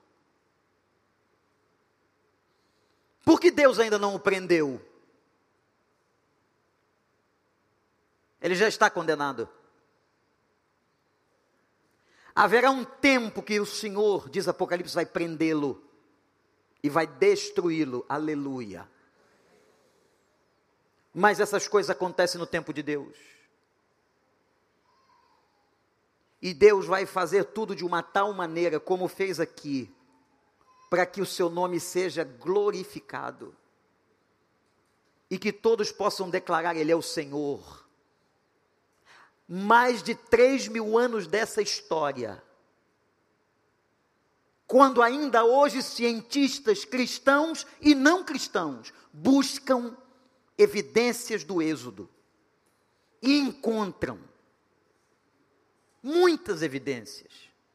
Por que Deus ainda não o prendeu? Ele já está condenado. Haverá um tempo que o Senhor, diz Apocalipse, vai prendê-lo e vai destruí-lo. Aleluia. Mas essas coisas acontecem no tempo de Deus. E Deus vai fazer tudo de uma tal maneira, como fez aqui, para que o seu nome seja glorificado. E que todos possam declarar: Ele é o Senhor. Mais de três mil anos dessa história, quando ainda hoje cientistas cristãos e não cristãos buscam evidências do Êxodo e encontram muitas evidências,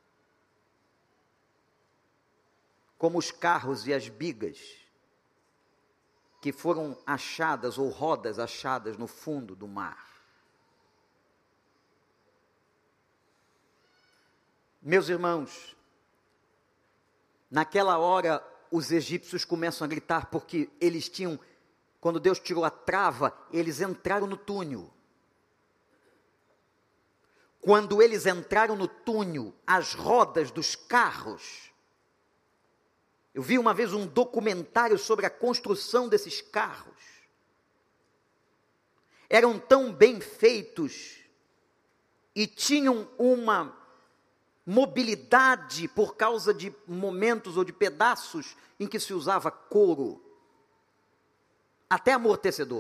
como os carros e as bigas que foram achadas, ou rodas achadas no fundo do mar. Meus irmãos, naquela hora os egípcios começam a gritar, porque eles tinham, quando Deus tirou a trava, eles entraram no túnel. Quando eles entraram no túnel, as rodas dos carros, eu vi uma vez um documentário sobre a construção desses carros, eram tão bem feitos e tinham uma mobilidade por causa de momentos ou de pedaços em que se usava couro, até amortecedor.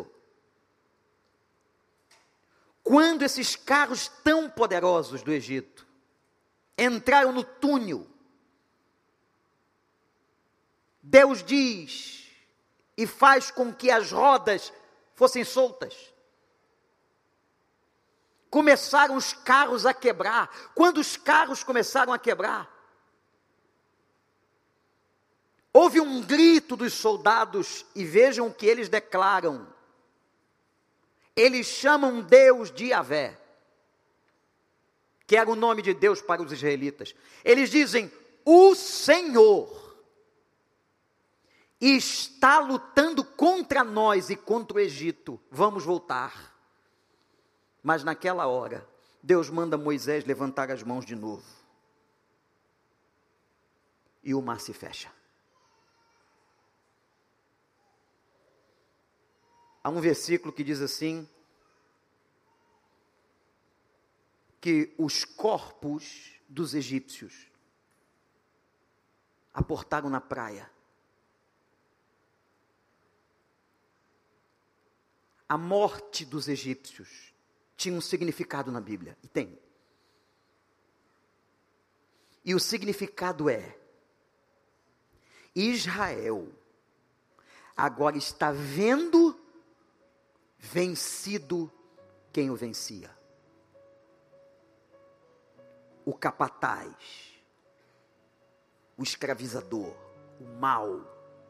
Quando esses carros tão poderosos do Egito entraram no túnel, Deus diz e faz com que as rodas fossem soltas. Começaram os carros a quebrar. Quando os carros começaram a quebrar, houve um grito dos soldados, e vejam o que eles declaram. Eles chamam Deus de Yahvé, que era o nome de Deus para os israelitas. Eles dizem: o Senhor está lutando contra nós e contra o Egito, vamos voltar. Mas naquela hora, Deus manda Moisés levantar as mãos de novo, e o mar se fecha. Há um versículo que diz assim, que os corpos dos egípcios aportaram na praia. A morte dos egípcios tinha um significado na Bíblia, e tem. E o significado é: Israel agora está vendo vencido quem o vencia. O capataz, o escravizador, o mal.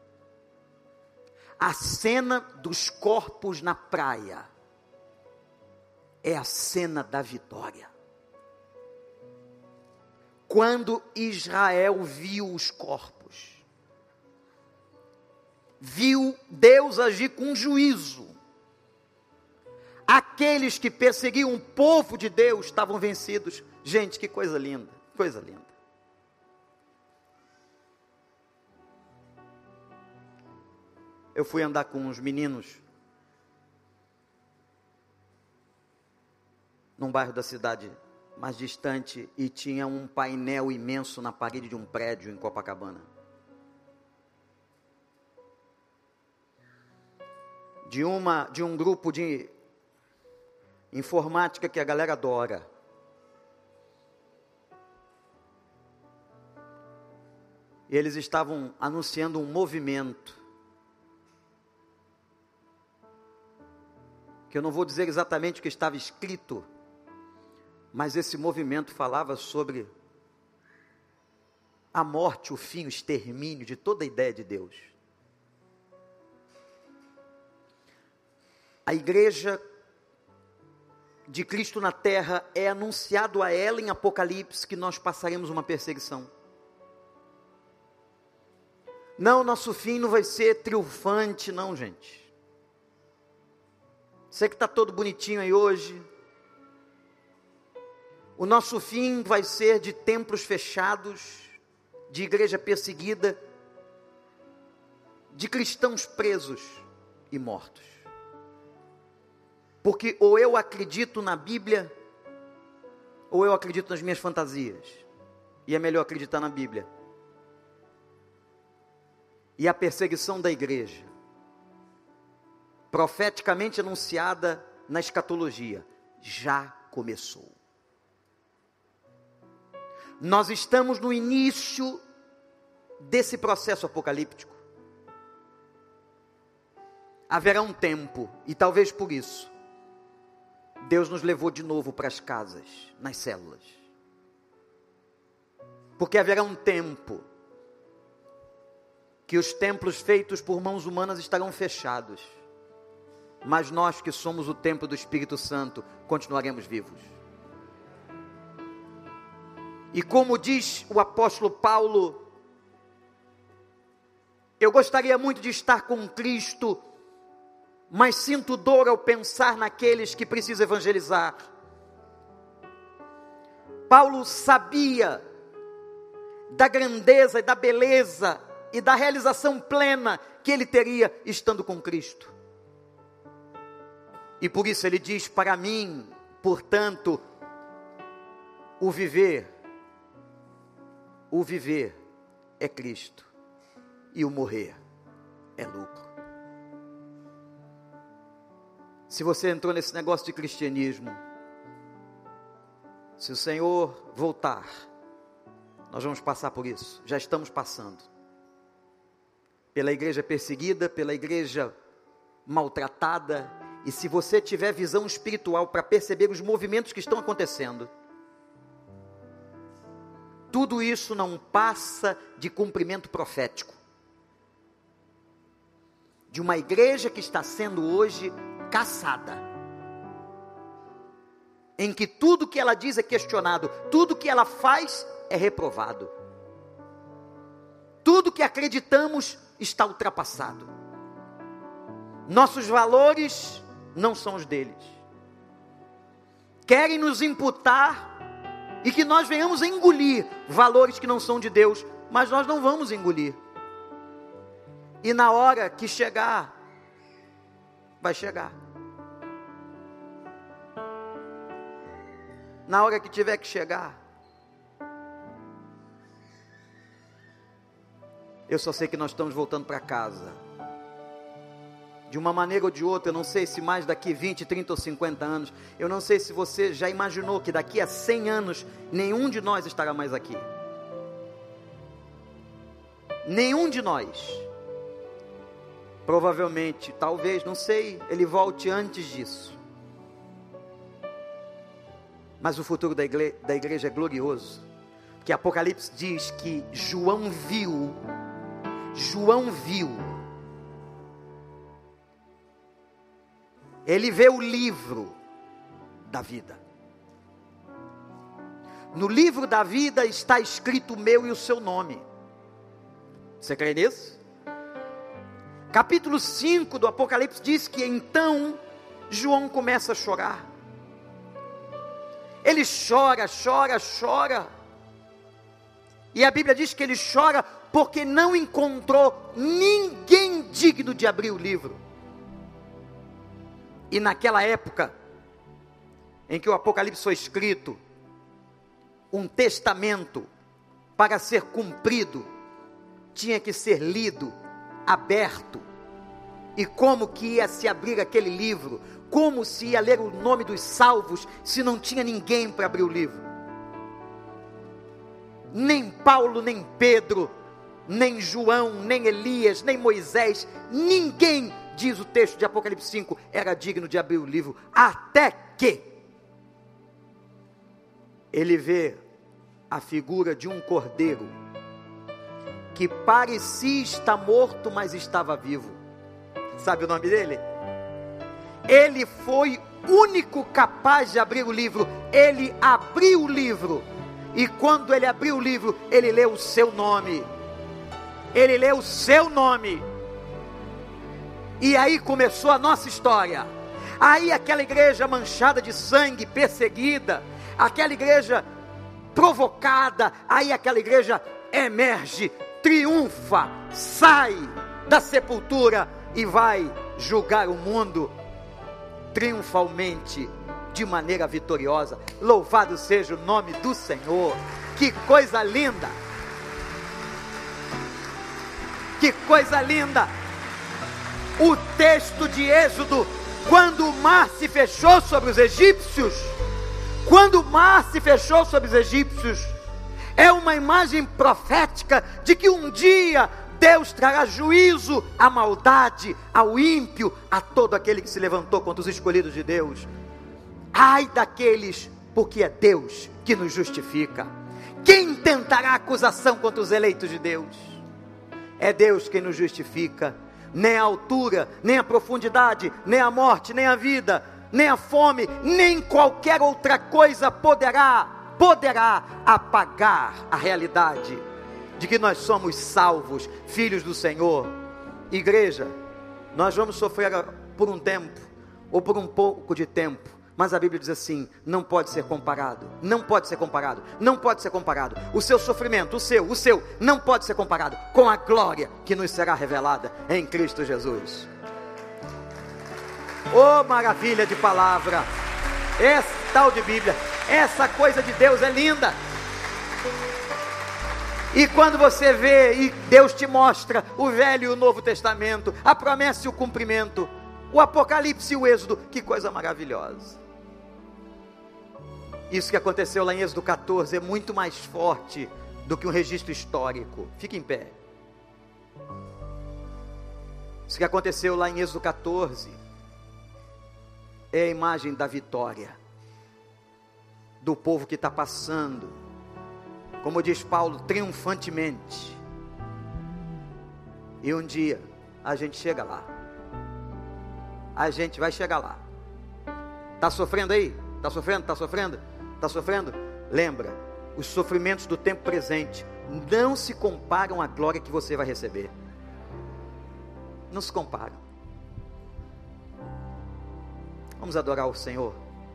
A cena dos corpos na praia é a cena da vitória. Quando Israel viu os corpos, viu Deus agir com juízo. Aqueles que perseguiam o povo de Deus estavam vencidos. Gente, que coisa linda, coisa linda. Eu fui andar com uns meninos num bairro da cidade mais distante, e tinha um painel imenso na parede de um prédio em Copacabana. De, uma, de um grupo de informática que a galera adora. E eles estavam anunciando um movimento, que eu não vou dizer exatamente o que estava escrito, mas esse movimento falava sobre a morte, o fim, o extermínio de toda a ideia de Deus. A igreja de Cristo na terra é anunciado a ela em Apocalipse que nós passaremos uma perseguição. Não, nosso fim não vai ser triunfante, não, gente. Você que está todo bonitinho aí hoje, O nosso fim vai ser de templos fechados, de igreja perseguida, de cristãos presos e mortos. Porque ou eu acredito na Bíblia, ou eu acredito nas minhas fantasias. E é melhor acreditar na Bíblia. E a perseguição da igreja, profeticamente anunciada na escatologia, já começou. Nós estamos no início desse processo apocalíptico. Haverá um tempo, e talvez por isso, Deus nos levou de novo para as casas, nas células. Porque haverá um tempo que os templos feitos por mãos humanas estarão fechados. Mas nós que somos o templo do Espírito Santo, continuaremos vivos. E como diz o apóstolo Paulo, eu gostaria muito de estar com Cristo, mas sinto dor ao pensar naqueles que precisam evangelizar. Paulo sabia da grandeza e da beleza e da realização plena que ele teria estando com Cristo. E por isso ele diz: para mim, portanto, o viver, o viver é Cristo, e o morrer é lucro. Se você entrou nesse negócio de cristianismo, se o Senhor voltar, nós vamos passar por isso, já estamos passando. Pela igreja perseguida, pela igreja maltratada, e se você tiver visão espiritual para perceber os movimentos que estão acontecendo, tudo isso não passa de cumprimento profético. De uma igreja que está sendo hoje caçada. Em que tudo que ela diz é questionado, tudo que ela faz é reprovado. Tudo que acreditamos está ultrapassado. Nossos valores não são os deles. Querem nos imputar e que nós venhamos a engolir valores que não são de Deus, mas nós não vamos engolir. E na hora que chegar, vai chegar. Na hora que tiver que chegar, eu só sei que nós estamos voltando para casa. De uma maneira ou de outra, eu não sei se mais daqui vinte, trinta ou cinquenta anos, eu não sei se você já imaginou que daqui a cem anos, nenhum de nós estará mais aqui. Nenhum de nós. Provavelmente, talvez, não sei, ele volte antes disso. Mas o futuro da igreja, da igreja é glorioso. Porque Apocalipse diz que João viu, João viu, ele vê o livro da vida. No livro da vida está escrito o meu e o seu nome. Você crê nisso? Capítulo cinco do Apocalipse diz que então João começa a chorar. Ele chora, chora, chora. E a Bíblia diz que ele chora porque não encontrou ninguém digno de abrir o livro. E naquela época em que o Apocalipse foi escrito, um testamento para ser cumprido tinha que ser lido, aberto. E como que ia se abrir aquele livro? Como se ia ler o nome dos salvos se não tinha ninguém para abrir o livro? Nem Paulo, nem Pedro, nem João, nem Elias, nem Moisés, ninguém, diz o texto de Apocalipse cinco, era digno de abrir o livro, até que ele vê a figura de um cordeiro, que parecia estar morto, mas estava vivo. Sabe o nome dele? Ele foi único capaz de abrir o livro. Ele abriu o livro, e quando ele abriu o livro, ele leu o seu nome. Ele leu o seu nome. E aí começou a nossa história. Aí aquela igreja manchada de sangue, perseguida, aquela igreja provocada, aí aquela igreja emerge, triunfa, sai da sepultura e vai julgar o mundo triunfalmente, de maneira vitoriosa. Louvado seja o nome do Senhor. Que coisa linda! Que coisa linda! O texto de Êxodo, quando o mar se fechou sobre os egípcios, quando o mar se fechou sobre os egípcios, é uma imagem profética de que um dia Deus trará juízo à maldade, ao ímpio, a todo aquele que se levantou contra os escolhidos de Deus. Ai daqueles, porque é Deus que nos justifica. Quem tentará acusação contra os eleitos de Deus? É Deus quem nos justifica. Nem a altura, nem a profundidade, nem a morte, nem a vida, nem a fome, nem qualquer outra coisa poderá, poderá apagar a realidade de que nós somos salvos, filhos do Senhor. Igreja, nós vamos sofrer por um tempo, ou por um pouco de tempo, mas a Bíblia diz assim, não pode ser comparado, não pode ser comparado, não pode ser comparado, o seu sofrimento, o seu, o seu, não pode ser comparado com a glória que nos será revelada em Cristo Jesus. Oh, maravilha de palavra, essa tal de Bíblia, essa coisa de Deus é linda. E quando você vê, e Deus te mostra o Velho e o Novo Testamento, a promessa e o cumprimento, o Apocalipse e o Êxodo, que coisa maravilhosa. Isso que aconteceu lá em Êxodo catorze é muito mais forte do que um registro histórico. Fique em pé. Isso que aconteceu lá em Êxodo catorze é a imagem da vitória, do povo que está passando, como diz Paulo, triunfantemente. E um dia a gente chega lá. A gente vai chegar lá. Está sofrendo aí? Está sofrendo? Está sofrendo? Está sofrendo? Lembra, os sofrimentos do tempo presente não se comparam à glória que você vai receber. Não se comparam. Vamos adorar o Senhor.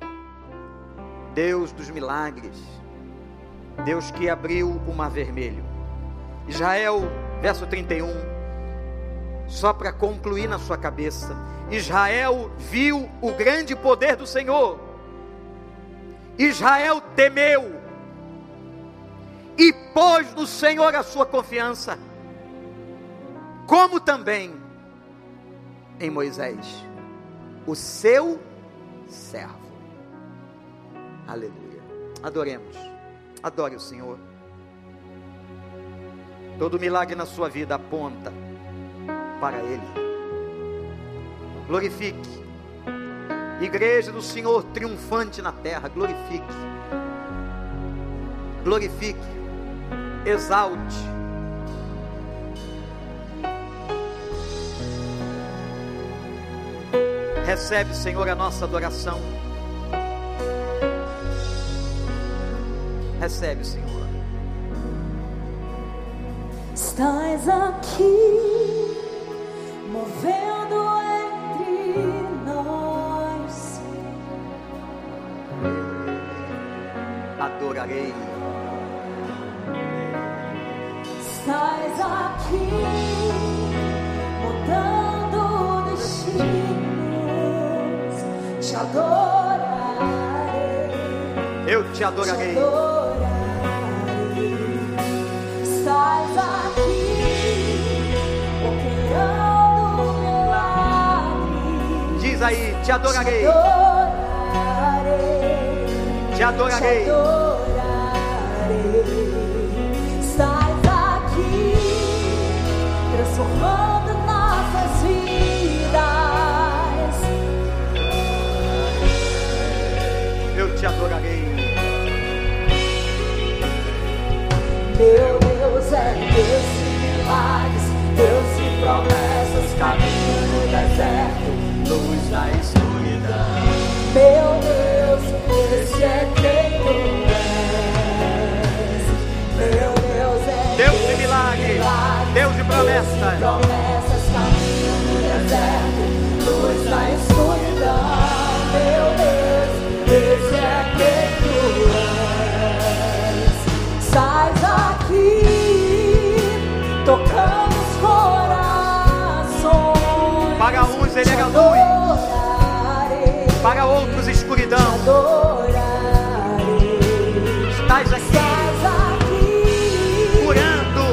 Deus dos milagres, Deus que abriu o mar vermelho. Israel, verso trinta e um, só para concluir na sua cabeça, Israel viu o grande poder do Senhor, Israel temeu, e pôs no Senhor a sua confiança, como também em Moisés, o seu servo. Aleluia. Adoremos. Adore o Senhor. Todo milagre na sua vida aponta para Ele. Glorifique. Igreja do Senhor triunfante na terra, glorifique. Glorifique. Exalte. Recebe, Senhor, a nossa adoração. Recebe, Senhor. Estás aqui, movendo entre nós. Adorarei. Estás aqui, mudando destinos. Te adorarei. Eu te adorarei. Te adorarei. Estás aqui, operando milagres. Diz aí, te adorarei. Te adorarei. Te adorarei. Estás aqui, transformando nossas vidas. Eu te adorarei. Meu Deus é Deus de milagres, Deus de promessas, caminho no deserto, luz na escuridão. Meu Deus, esse é quem tu és. Meu Deus é Deus de milagres, Deus de promessas, promessas, caminho no deserto, luz na escuridão. Meu Deus, esse é quem tu és. uns Ele era luz, para outros escuridão. Estás aqui, curando.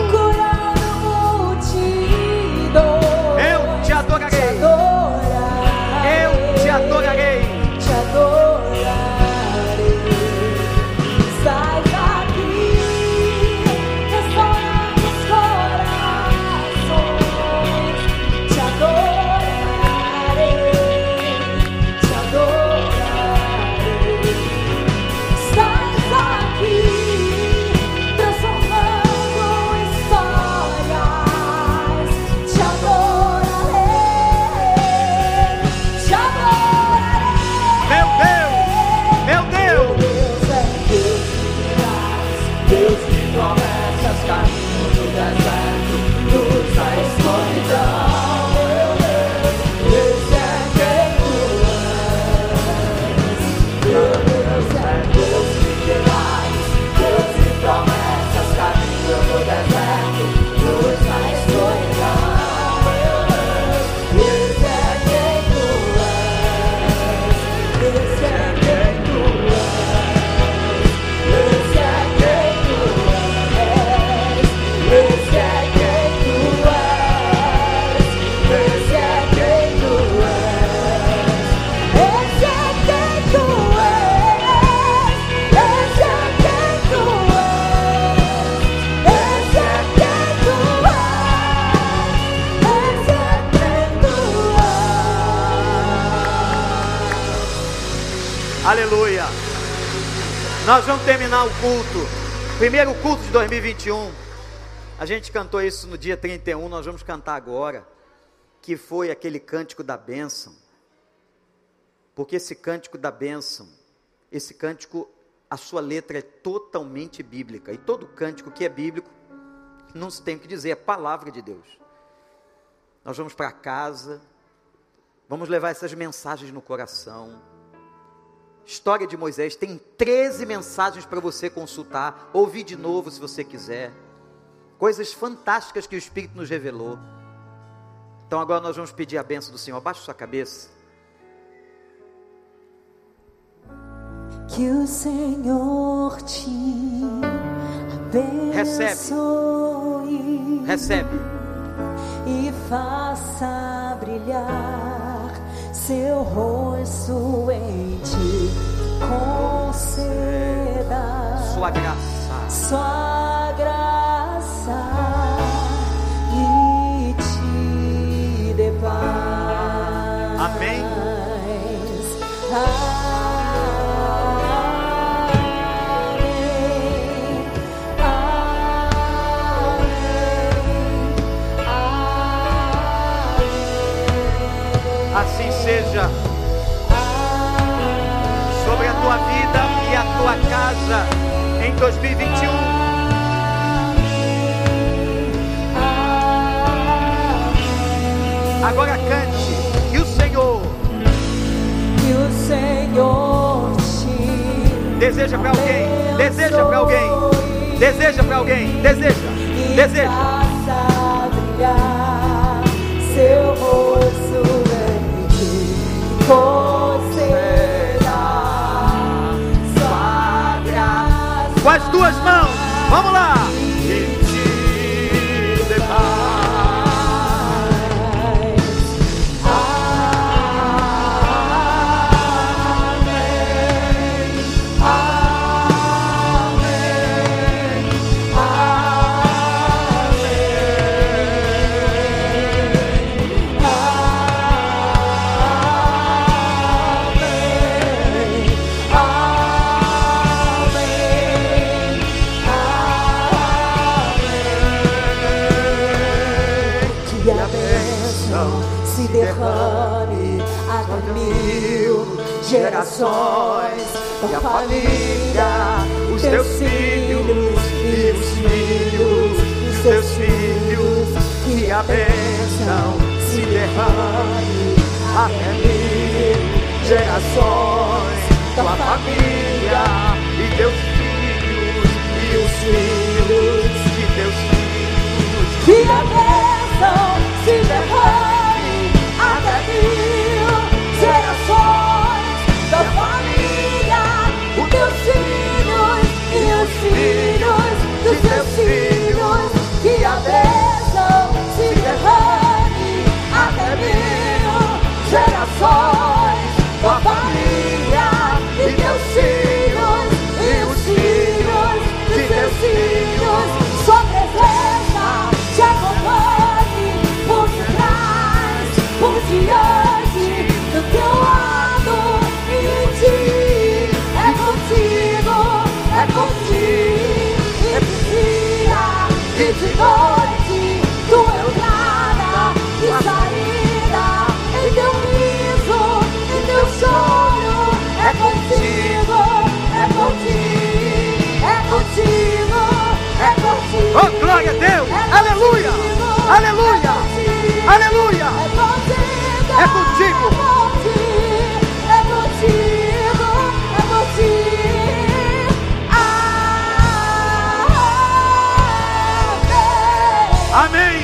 Eu te adorarei. Eu te adorarei. Aleluia. Nós vamos terminar o culto, primeiro culto de dois mil e vinte e um. A gente cantou isso no dia trinta e um, nós vamos cantar agora, que foi aquele cântico da bênção. Porque esse cântico da bênção, esse cântico, a sua letra é totalmente bíblica. E todo cântico que é bíblico, não se tem o que dizer, é palavra de Deus. Nós vamos para casa, vamos levar essas mensagens no coração. História de Moisés, tem treze mensagens para você consultar, ouvir de novo se você quiser. Coisas fantásticas que o Espírito nos revelou. Então agora nós vamos pedir a bênção do Senhor. Abaixe sua cabeça. Que o Senhor te abençoe. Recebe. Recebe. E faça brilhar seu rosto em ti, conceda sua graça, sua graça e te dê paz. Amém. Amém. Assim seja sobre a tua vida e a tua casa em dois mil e vinte e um. Agora cante. Que o Senhor, que o Senhor te deseja para alguém, deseja para alguém, deseja para alguém, deseja, deseja. Faça brilhar seu rosto. Conceda sua graça. Com as duas mãos, vamos lá. E te dê paz. Amém. Amém. Se derrame a mil gerações, tua família, os teus filhos e os filhos dos teus filhos, que a bênção se derrame até mil gerações, tua família e teus filhos e os filhos de teus filhos, que a bênção se derrame até mim. Aleluia! Aleluia! Aleluia! É contigo! É contigo, é contigo. Amém!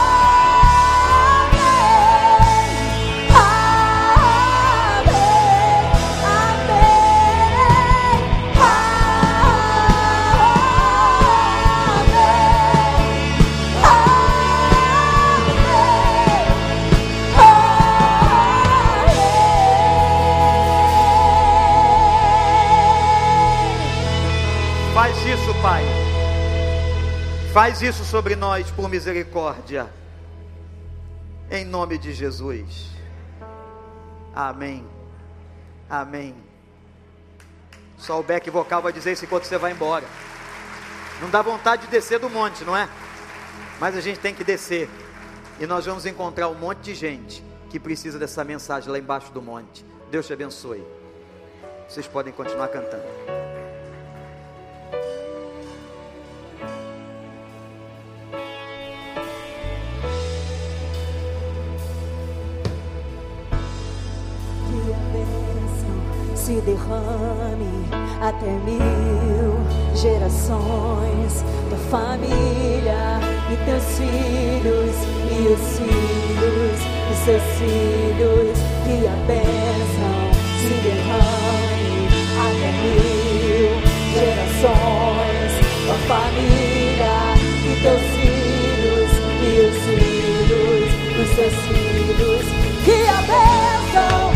Faz isso, Pai. Faz isso sobre nós por misericórdia. Em nome de Jesus. Amém. Amém. Só o back vocal vai dizer isso enquanto você vai embora. Não dá vontade de descer do monte, não é? Mas a gente tem que descer. E nós vamos encontrar um monte de gente que precisa dessa mensagem lá embaixo do monte. Deus te abençoe. Vocês podem continuar cantando. Se derrame até mil gerações, tua família e teus filhos e os filhos dos seus filhos, que a bênção se derrame até mil gerações, tua família e teus filhos e os filhos dos seus filhos, que a bênção